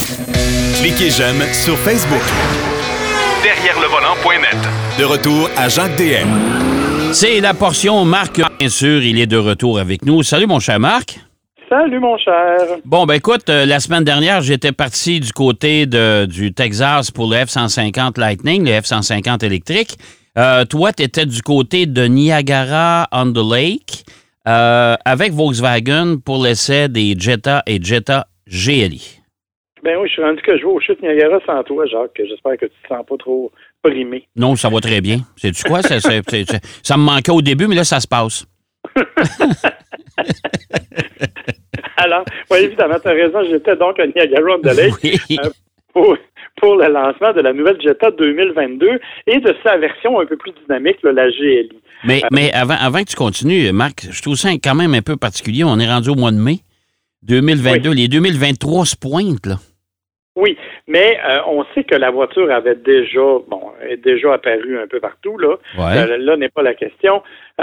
Cliquez j'aime sur Facebook. Derrière le volant.net. De retour à Jacques DM. C'est la portion Marc, bien sûr, il est de retour avec nous. Salut, mon cher Marc. Salut, mon cher. Bon, ben écoute, la semaine dernière, j'étais parti du côté du Texas pour le F-150 Lightning, le F-150 électrique. Toi, tu étais du côté de Niagara-on-the-Lake avec Volkswagen pour l'essai des Jetta et Jetta GLI. Ben oui, je suis rendu que je vais au chute Niagara sans toi, Jacques. J'espère que tu te sens pas trop brimé. Non, ça va très bien. Sais-tu quoi? Ça me manquait au début, mais là, ça se passe. Alors, oui, évidemment, tu as raison. J'étais donc à Niagara-on-the-Lake pour le lancement de la nouvelle Jetta 2022 et de sa version un peu plus dynamique, là, la GLI. Mais avant que tu continues, Marc, je trouve ça quand même un peu particulier. On est rendu au mois de mai 2022. Oui. Les 2023 se pointent, là. Oui, mais on sait que la voiture avait est déjà apparue un peu partout, là. Ouais. Là n'est pas la question.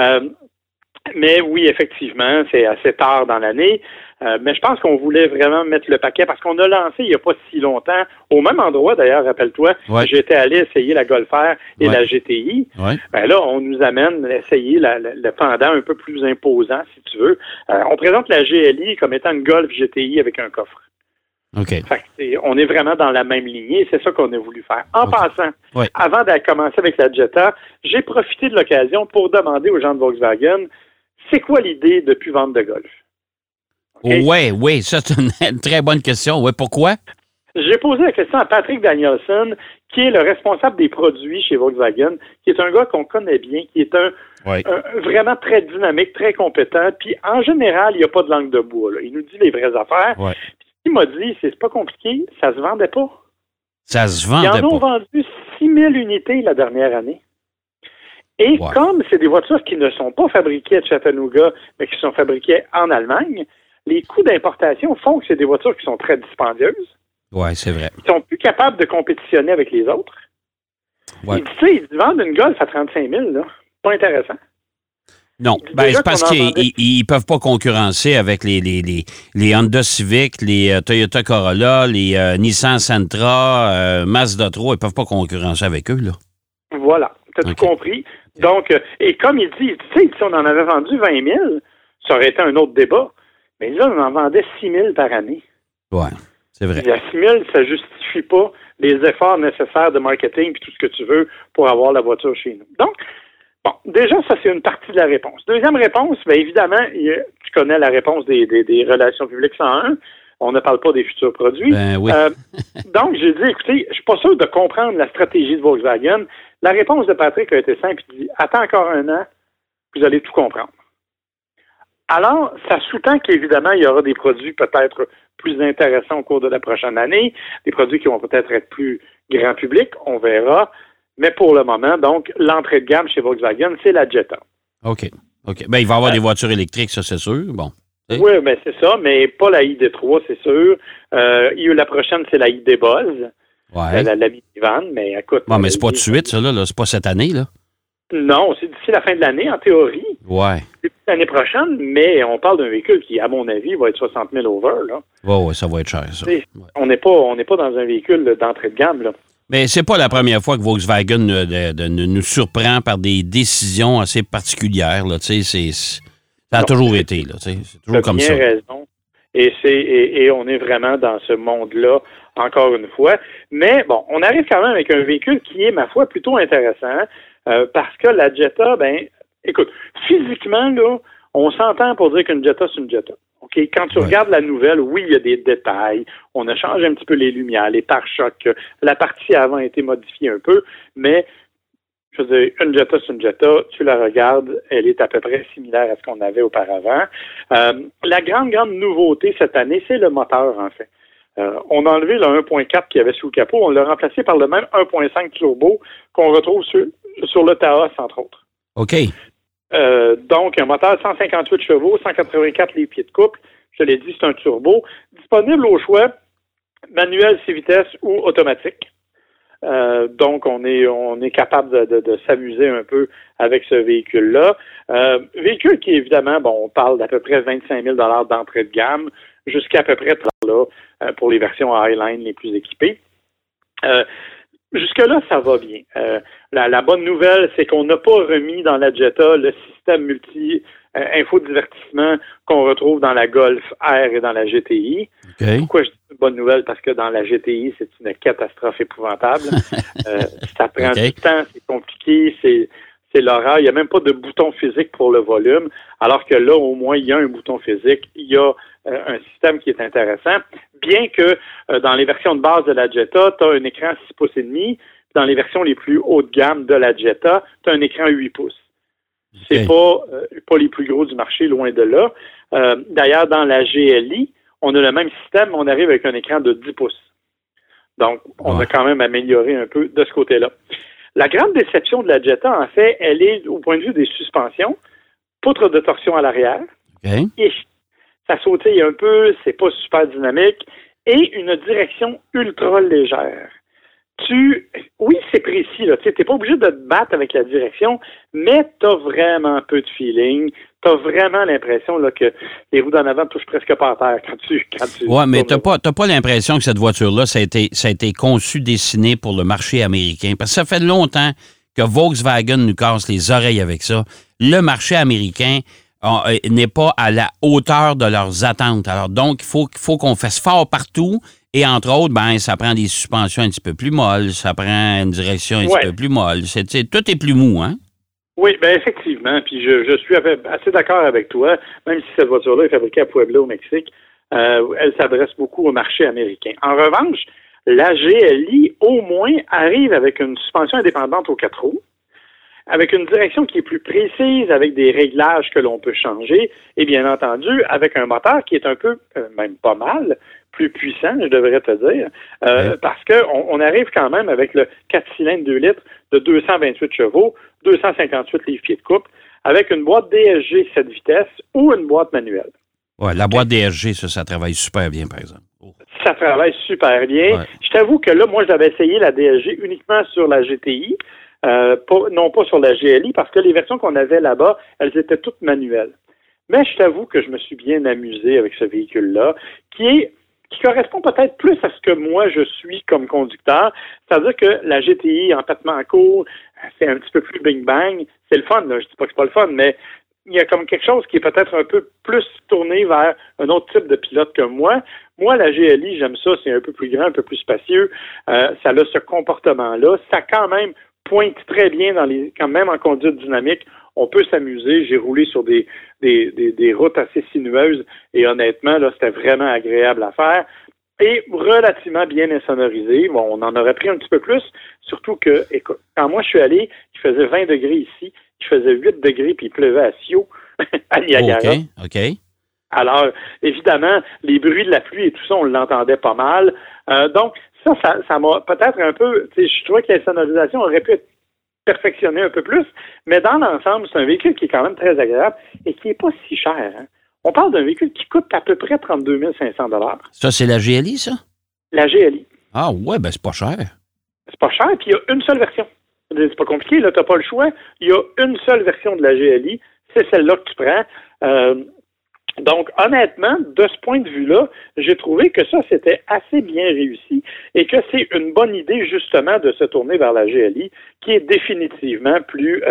Mais oui, effectivement, c'est assez tard dans l'année. Mais je pense qu'on voulait vraiment mettre le paquet parce qu'on a lancé il n'y a pas si longtemps, au même endroit d'ailleurs, rappelle-toi, j'étais allé essayer la Golf R et la GTI. Ouais. Ben là, on nous amène à essayer le pendant un peu plus imposant, si tu veux. On présente la GLI comme étant une Golf GTI avec un coffre. OK. Fait que on est vraiment dans la même lignée, c'est ça qu'on a voulu faire. En passant, avant de commencer avec la Jetta, j'ai profité de l'occasion pour demander aux gens de Volkswagen, c'est quoi l'idée de plus vendre de Golf? Okay? Oui, ça c'est une très bonne question. Oui, pourquoi? J'ai posé la question à Patrick Danielson, qui est le responsable des produits chez Volkswagen, qui est un gars qu'on connaît bien, qui est un vraiment très dynamique, très compétent, puis en général, il n'y a pas de langue de bois. Là. Il nous dit les vraies affaires. Ouais. Il m'a dit, c'est pas compliqué, ça se vendait pas. Ça se vendait pas. Ils en ont vendu 6 000 unités la dernière année. Et comme c'est des voitures qui ne sont pas fabriquées à Chattanooga, mais qui sont fabriquées en Allemagne, les coûts d'importation font que c'est des voitures qui sont très dispendieuses. Oui, c'est vrai. Ils sont plus capables de compétitionner avec les autres. Ouais. Ils vendent une Golf à 35 000, là. Pas intéressant. Non, c'est parce qu'ils peuvent pas concurrencer avec les Honda Civic, les Toyota Corolla, les Nissan Sentra, Mazda 3, ils peuvent pas concurrencer avec eux, là. Voilà, tu as tout compris. Donc, et comme il dit, tu sais, si on en avait vendu 20 000, ça aurait été un autre débat. Mais là, on en vendait 6 000 par année. Oui, c'est vrai. Et à 6 000, ça justifie pas les efforts nécessaires de marketing et tout ce que tu veux pour avoir la voiture chez nous. Donc, bon, déjà, ça, c'est une partie de la réponse. Deuxième réponse, bien évidemment, tu connais la réponse des relations publiques 101. On ne parle pas des futurs produits. Ben oui. Donc, j'ai dit, écoutez, je suis pas sûr de comprendre la stratégie de Volkswagen. La réponse de Patrick a été simple. Il dit, attends encore un an, vous allez tout comprendre. Alors, ça sous-tend qu'évidemment, il y aura des produits peut-être plus intéressants au cours de la prochaine année, des produits qui vont peut-être être plus grand public, on verra. Mais pour le moment, donc, l'entrée de gamme chez Volkswagen, c'est la Jetta. OK. Ben, il va y avoir des voitures électriques, ça, c'est sûr. Bon. Oui, mais c'est ça, mais pas la ID3, c'est sûr. La prochaine, c'est la ID Buzz. Ouais. La minivan, mais écoute... mais c'est pas tout de suite, ça, là. C'est pas cette année, là. Non, c'est d'ici la fin de l'année, en théorie. Ouais. C'est l'année prochaine, mais on parle d'un véhicule qui, à mon avis, va être 60 000 over, là. Ouais, ça va être cher, ça. Ouais. On n'est pas dans un véhicule d'entrée de gamme, là. Mais c'est pas la première fois que Volkswagen nous surprend par des décisions assez particulières, là. Tu sais, ça a toujours été, là. Tu sais, c'est toujours comme ça. Tu as bien raison. Et on est vraiment dans ce monde-là, encore une fois. Mais bon, on arrive quand même avec un véhicule qui est, ma foi, plutôt intéressant, parce que la Jetta, écoute, physiquement, là, on s'entend pour dire qu'une Jetta, c'est une Jetta. OK? Quand tu regardes la nouvelle, oui, il y a des détails. On a changé un petit peu les lumières, les pare-chocs. La partie avant a été modifiée un peu, mais je veux dire, une Jetta, c'est une Jetta. Tu la regardes, elle est à peu près similaire à ce qu'on avait auparavant. La grande nouveauté cette année, c'est le moteur, en fait. On a enlevé le 1.4 qu'il y avait sous le capot. On l'a remplacé par le même 1.5 turbo qu'on retrouve sur le Taos, entre autres. OK. Donc, un moteur 158 chevaux, 184 les pieds de couple. Je l'ai dit, c'est un turbo. Disponible au choix, manuel 6 vitesses ou automatique. Donc, on est capable de s'amuser un peu avec ce véhicule-là. Véhicule qui, évidemment, on parle d'à peu près 25 000 d'entrée de gamme, jusqu'à peu près par là. pour les versions Highline les plus équipées. Jusque-là, ça va bien. La bonne nouvelle, c'est qu'on n'a pas remis dans la Jetta le système multi-infodivertissement qu'on retrouve dans la Golf R et dans la GTI. Okay. Pourquoi je dis une bonne nouvelle? Parce que dans la GTI, c'est une catastrophe épouvantable. Ça prend du temps, c'est compliqué, c'est l'horreur. Il n'y a même pas de bouton physique pour le volume, alors que là, au moins, il y a un bouton physique. Il y a un système qui est intéressant. Bien que dans les versions de base de la Jetta, tu as un écran 6 pouces et demi. Dans les versions les plus haut de gamme de la Jetta, tu as un écran 8 pouces. C'est pas les plus gros du marché, loin de là. D'ailleurs, dans la GLI, on a le même système, mais on arrive avec un écran de 10 pouces. Donc, on a quand même amélioré un peu de ce côté-là. La grande déception de la Jetta, en fait, elle est au point de vue des suspensions, poutre de torsion à l'arrière, et ça sautille un peu, c'est pas super dynamique, et une direction ultra légère. Oui, c'est précis, là. Tu n'es pas obligé de te battre avec la direction, mais tu as vraiment peu de feeling. Tu as vraiment l'impression là, que les roues d'en avant ne touchent presque pas à terre quand tu oui, mais tu n'as pas l'impression que cette voiture-là, ça a été conçu, dessiné pour le marché américain. Parce que ça fait longtemps que Volkswagen nous casse les oreilles avec ça. Le marché américain n'est pas à la hauteur de leurs attentes. Alors donc, il faut qu'on fasse fort partout. Et entre autres, ça prend des suspensions un petit peu plus molles, ça prend une direction un petit peu plus molle. Tout est plus mou, hein? Oui, effectivement. Puis je suis assez d'accord avec toi. Même si cette voiture-là est fabriquée à Puebla, au Mexique, elle s'adresse beaucoup au marché américain. En revanche, la GLI, au moins, arrive avec une suspension indépendante aux 4 roues, avec une direction qui est plus précise, avec des réglages que l'on peut changer, et bien entendu, avec un moteur qui est un peu, même pas mal, plus puissant, je devrais te dire, parce qu'on arrive quand même avec le 4 cylindres 2 litres de 228 chevaux, 258 livres-pieds de couple, avec une boîte DSG 7 vitesses ou une boîte manuelle. Oui, la boîte DSG, ça travaille super bien, par exemple. Ça travaille super bien. Ouais. Je t'avoue que là, moi, j'avais essayé la DSG uniquement sur la GTI, non pas sur la GLI, parce que les versions qu'on avait là-bas, elles étaient toutes manuelles. Mais je t'avoue que je me suis bien amusé avec ce véhicule-là, qui correspond peut-être plus à ce que moi je suis comme conducteur. C'est-à-dire que la GTI, empattement en cours, c'est un petit peu plus bing-bang. C'est le fun, là. Je dis pas que c'est pas le fun, mais il y a comme quelque chose qui est peut-être un peu plus tourné vers un autre type de pilote que moi. Moi, la GLI, j'aime ça, c'est un peu plus grand, un peu plus spacieux. Ça a ce comportement-là. Ça quand même pointe très bien quand même en conduite dynamique. On peut s'amuser. J'ai roulé sur des routes assez sinueuses et honnêtement, là, c'était vraiment agréable à faire et relativement bien insonorisé. Bon, on en aurait pris un petit peu plus, surtout que, écoute, quand moi je suis allé, il faisait 20 degrés ici, il faisait 8 degrés puis il pleuvait à Sio, à Niagara. OK. Alors, évidemment, les bruits de la pluie et tout ça, on l'entendait pas mal. Donc, ça m'a peut-être un peu, tu sais, je trouvais que la sonorisation aurait pu être perfectionnée un peu plus, mais dans l'ensemble, c'est un véhicule qui est quand même très agréable et qui n'est pas si cher. Hein. On parle d'un véhicule qui coûte à peu près 32 500 $. Ça, c'est la GLI, ça? La GLI. Ah ouais, c'est pas cher. C'est pas cher, puis il y a une seule version. C'est pas compliqué, là, t'as pas le choix. Il y a une seule version de la GLI, c'est celle-là que tu prends. Donc, honnêtement, de ce point de vue-là, j'ai trouvé que ça, c'était assez bien réussi et que c'est une bonne idée, justement, de se tourner vers la GLI, qui est définitivement plus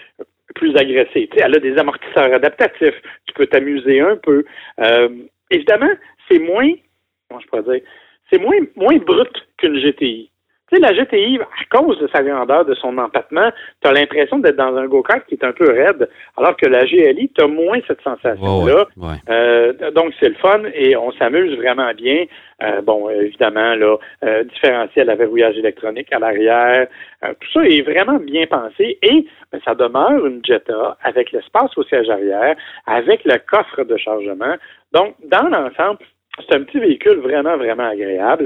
agressée. Tu sais, elle a des amortisseurs adaptatifs, tu peux t'amuser un peu. Évidemment, c'est moins, comment je pourrais dire, c'est moins brut qu'une GTI. Tu sais, la GTI, à cause de sa grandeur, de son empattement, tu as l'impression d'être dans un go-kart qui est un peu raide, alors que la GLI, tu as moins cette sensation-là. Ouais. Donc, c'est le fun et on s'amuse vraiment bien. Évidemment, là, différentiel à verrouillage électronique à l'arrière, tout ça est vraiment bien pensé et ça demeure une Jetta avec l'espace au siège arrière, avec le coffre de chargement. Donc, dans l'ensemble, c'est un petit véhicule vraiment, vraiment agréable.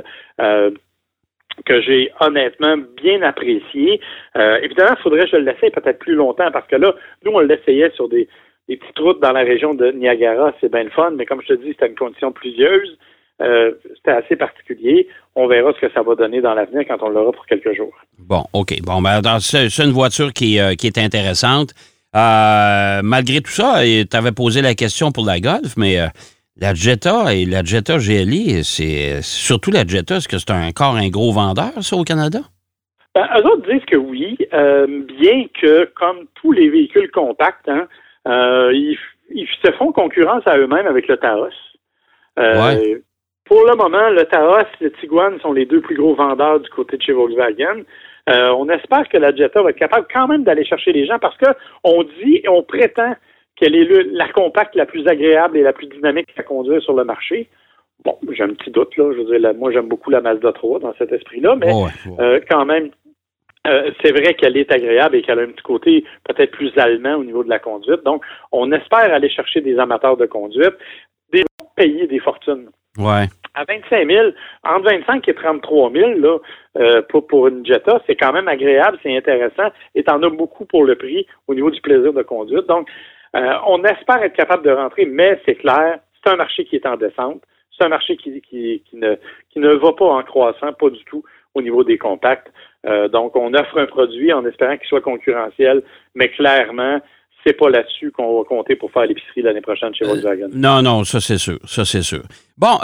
Que j'ai honnêtement bien apprécié. Évidemment, il faudrait que je l'essaye peut-être plus longtemps parce que là, nous, on l'essayait sur des petites routes dans la région de Niagara, c'est bien le fun, mais comme je te dis, c'était une condition pluvieuse. C'était assez particulier. On verra ce que ça va donner dans l'avenir quand on l'aura pour quelques jours. Bon, OK. Bon, c'est une voiture qui est intéressante. Malgré tout ça, tu avais posé la question pour la Golf, mais La Jetta et la Jetta GLI, c'est surtout la Jetta, est-ce que c'est encore un gros vendeur, ça, au Canada? Ben, eux autres disent que oui, bien que, comme tous les véhicules compacts, ils se font concurrence à eux-mêmes avec le Taos. Ouais. Pour le moment, le Taos et le Tiguan sont les deux plus gros vendeurs du côté de chez Volkswagen. On espère que la Jetta va être capable quand même d'aller chercher les gens parce que on dit et on prétend qu'elle est la compacte la plus agréable et la plus dynamique à conduire sur le marché. Bon, j'ai un petit doute, là. Je veux dire, moi, j'aime beaucoup la Mazda 3 dans cet esprit-là, mais quand même, c'est vrai qu'elle est agréable et qu'elle a un petit côté peut-être plus allemand au niveau de la conduite. Donc, on espère aller chercher des amateurs de conduite, des gens payer des fortunes. Ouais. À 25 000, entre 25 et 33 000, là, pour une Jetta, c'est quand même agréable, c'est intéressant, et t'en as beaucoup pour le prix au niveau du plaisir de conduite. Donc, on espère être capable de rentrer, mais c'est clair, c'est un marché qui est en descente, c'est un marché qui ne va pas en croissant, pas du tout au niveau des compacts. Donc, on offre un produit en espérant qu'il soit concurrentiel, mais clairement, c'est pas là-dessus qu'on va compter pour faire l'épicerie l'année prochaine chez Volkswagen. Non, ça c'est sûr. Bon,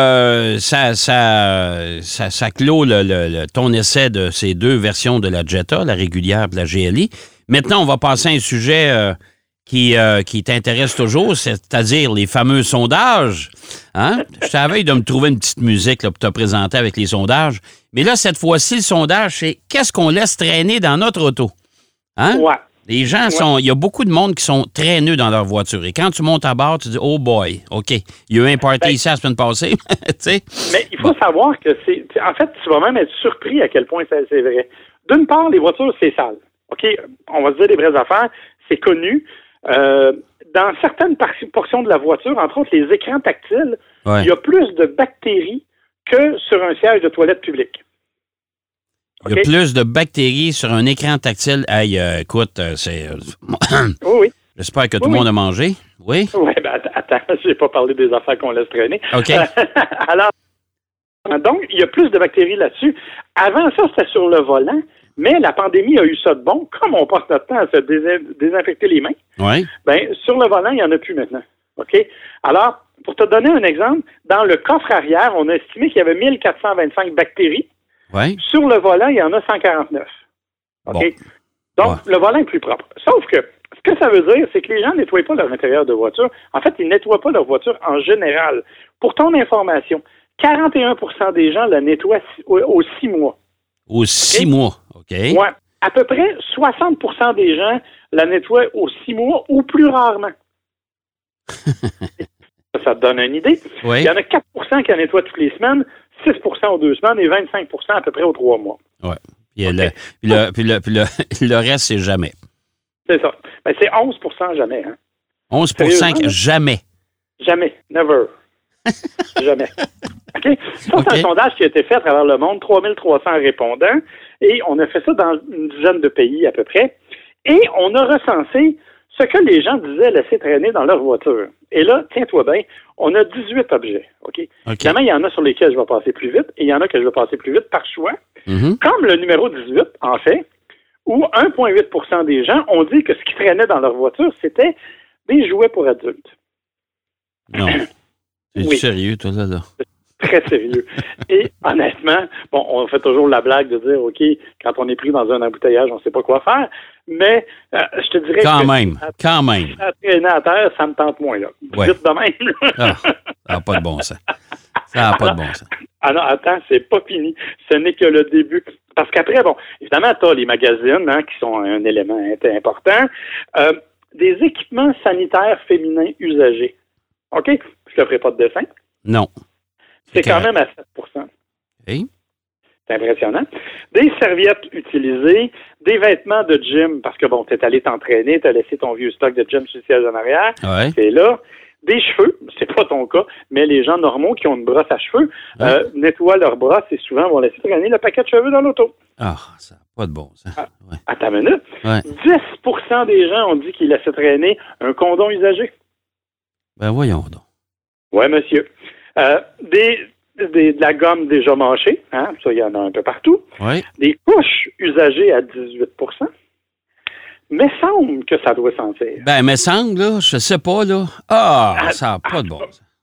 ça clôt ton essai de ces deux versions de la Jetta, la régulière et la GLI. Maintenant, on va passer à un sujet qui t'intéresse toujours, c'est-à-dire les fameux sondages. Hein? Je t'avais de me trouver une petite musique là, pour te présenter avec les sondages. Mais là, cette fois-ci, le sondage, c'est qu'est-ce qu'on laisse traîner dans notre auto? Hein? Ouais. Les gens il y a beaucoup de monde qui sont traîneux dans leur voiture. Et quand tu montes à bord, tu dis, oh boy, OK, il y a eu un party ici la semaine passée. Mais il faut savoir que en fait, tu vas même être surpris à quel point c'est vrai. D'une part, les voitures, c'est sale. OK, on va se dire les vraies affaires, c'est connu. Dans certaines portions de la voiture, entre autres les écrans tactiles, il y a plus de bactéries que sur un siège de toilette public. Il y a plus de bactéries sur un écran tactile. Hey, écoute, c'est... oui. J'espère que tout le monde a mangé. Oui? Oui, ben attends, je n'ai pas parlé des affaires qu'on laisse traîner. OK. Alors, donc, il y a plus de bactéries là-dessus. Avant ça, c'était sur le volant, mais la pandémie a eu ça de bon. Comme on passe notre temps à se désinfecter les mains, ben sur le volant, il n'y en a plus maintenant. OK? Alors, pour te donner un exemple, dans le coffre arrière, on a estimé qu'il y avait 1425 bactéries. Ouais. Sur le volant, il y en a 149. OK? Bon. Donc, le volant est plus propre. Sauf que, ce que ça veut dire, c'est que les gens ne nettoient pas leur intérieur de voiture. En fait, ils ne nettoient pas leur voiture en général. Pour ton information, 41 % des gens la nettoient aux 6 mois. Aux 6 mois, OK. Oui. À peu près 60 % des gens la nettoient aux 6 mois ou plus rarement. Ça te donne une idée. Oui. Il y en a 4 % qui la nettoient toutes les semaines, 6 % aux 2 semaines et 25 % à peu près aux 3 mois. Oui. Puis le reste, c'est jamais. C'est ça. Ben, c'est 11 % jamais. Hein? 11 % jamais. Jamais. Never. Jamais. OK? Ça, c'est un sondage qui a été fait à travers le monde, 3300 répondants, et on a fait ça dans une dizaine de pays à peu près, et on a recensé ce que les gens disaient laisser traîner dans leur voiture. Et là, tiens-toi bien, on a 18 objets. OK? Évidemment, il y en a sur lesquels je vais passer plus vite, et il y en a que je vais passer plus vite par choix. Comme le numéro 18, en fait, où 1,8 % des gens ont dit que ce qui traînait dans leur voiture, c'était des jouets pour adultes. Non. C'est sérieux, toi, là? Très sérieux. Et honnêtement, bon, on fait toujours la blague de dire, OK, quand on est pris dans un embouteillage, on ne sait pas quoi faire, mais je te dirais quand que... même. À traîner à terre, ça me tente moins, là. Vite de même. Ça n'a pas de bon sens. Ça n'a pas de bon sens. Ah non, attends, c'est pas fini. Ce n'est que le début. Parce qu'après, bon, évidemment, tu as les magazines, qui sont un élément important. Des équipements sanitaires féminins usagés. OK? Je ne ferai pas de dessin. Non. C'est quand même à 7 %. Hey. C'est impressionnant. Des serviettes utilisées, des vêtements de gym, parce que bon, tu es allé t'entraîner, tu as laissé ton vieux stock de gym sur le siège en arrière. Ouais. C'est là. Des cheveux, c'est pas ton cas, mais les gens normaux qui ont une brosse à cheveux nettoient leur brosse et souvent vont laisser traîner le paquet de cheveux dans l'auto. Ah, ça n'a pas de bon sens. Attends une minute. 10 % des gens ont dit qu'ils laissaient traîner un condom usagé. Ben voyons donc. Oui, monsieur. De la gomme déjà mâchée, ça, il y en a un peu partout. Oui. Des couches usagées à 18 %. Mais semble que ça doit sentir. Ben, mais semble, là, je sais pas, là. Ah, ça n'a pas de bon sens.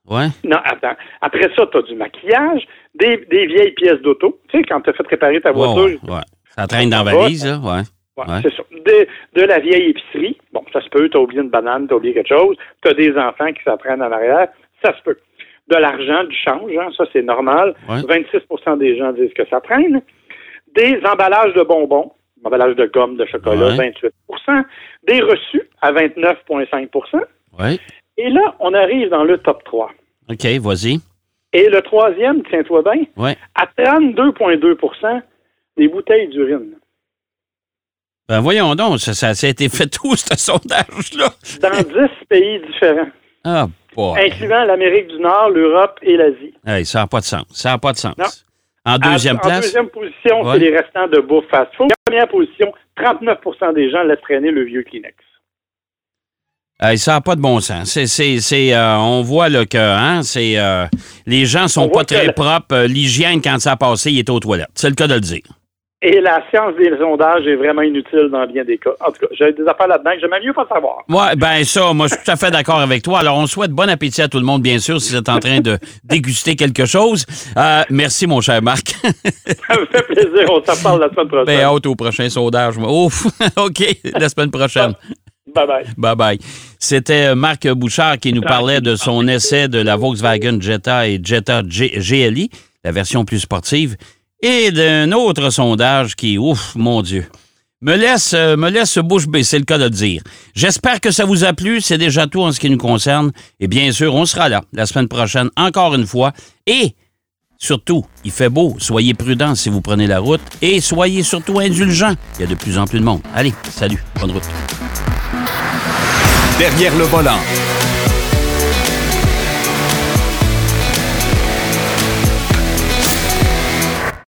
Ouais. Non, attends. Après ça, tu as du maquillage, des vieilles pièces d'auto. Tu sais, quand tu as fait réparer ta voiture. Ouais. Ça traîne dans la valise, là. Ouais. Ouais. C'est ça. De la vieille épicerie. Bon, ça se peut. Tu as oublié une banane, tu as oublié quelque chose. Tu as des enfants qui s'apprennent en arrière. Ça se peut. De l'argent, du change, hein, ça, c'est normal. Ouais. 26% des gens disent que ça traîne. Des emballages de bonbons, emballage de gomme, de chocolat, 28%. Des reçus à 29,5%. Ouais. Et là, on arrive dans le top 3. OK, vas-y. Et le troisième, tiens-toi bien, à 32,2%, des bouteilles d'urine. Ben voyons donc, ça a été fait tout, ce sondage-là. Dans 10 pays différents. Ah, boy. Incluant l'Amérique du Nord, l'Europe et l'Asie. Hey, ça n'a pas de sens. Ça n'a pas de sens. Non. En deuxième place? En deuxième position, c'est les restants de bouffe fast-food. En première position, 39% des gens laissent traîner le vieux Kleenex. Hey, ça n'a pas de bon sens. On voit là, que les gens sont pas très propres. L'hygiène, quand ça a passé, il est aux toilettes. C'est le cas de le dire. Et la science des sondages est vraiment inutile dans bien des cas. En tout cas, j'ai des affaires là-dedans que j'aimerais mieux pas savoir. Oui, bien ça, moi, je suis tout à fait d'accord avec toi. Alors, on souhaite bon appétit à tout le monde, bien sûr, si vous êtes en train de déguster quelque chose. Merci, mon cher Marc. Ça me fait plaisir. On s'en parle la semaine prochaine. Bien, hâte au prochain sondage. Ouf, OK, la semaine prochaine. Bye-bye. Bye-bye. C'était Marc Bouchard qui nous parlait de son essai de la Volkswagen Jetta et Jetta GLI, la version plus sportive, et d'un autre sondage qui, ouf, mon Dieu, me laisse bouche bée, c'est le cas de le dire. J'espère que ça vous a plu. C'est déjà tout en ce qui nous concerne. Et bien sûr, on sera là la semaine prochaine, encore une fois. Et surtout, il fait beau. Soyez prudents si vous prenez la route. Et soyez surtout indulgents. Il y a de plus en plus de monde. Allez, salut. Bonne route. Derrière le volant.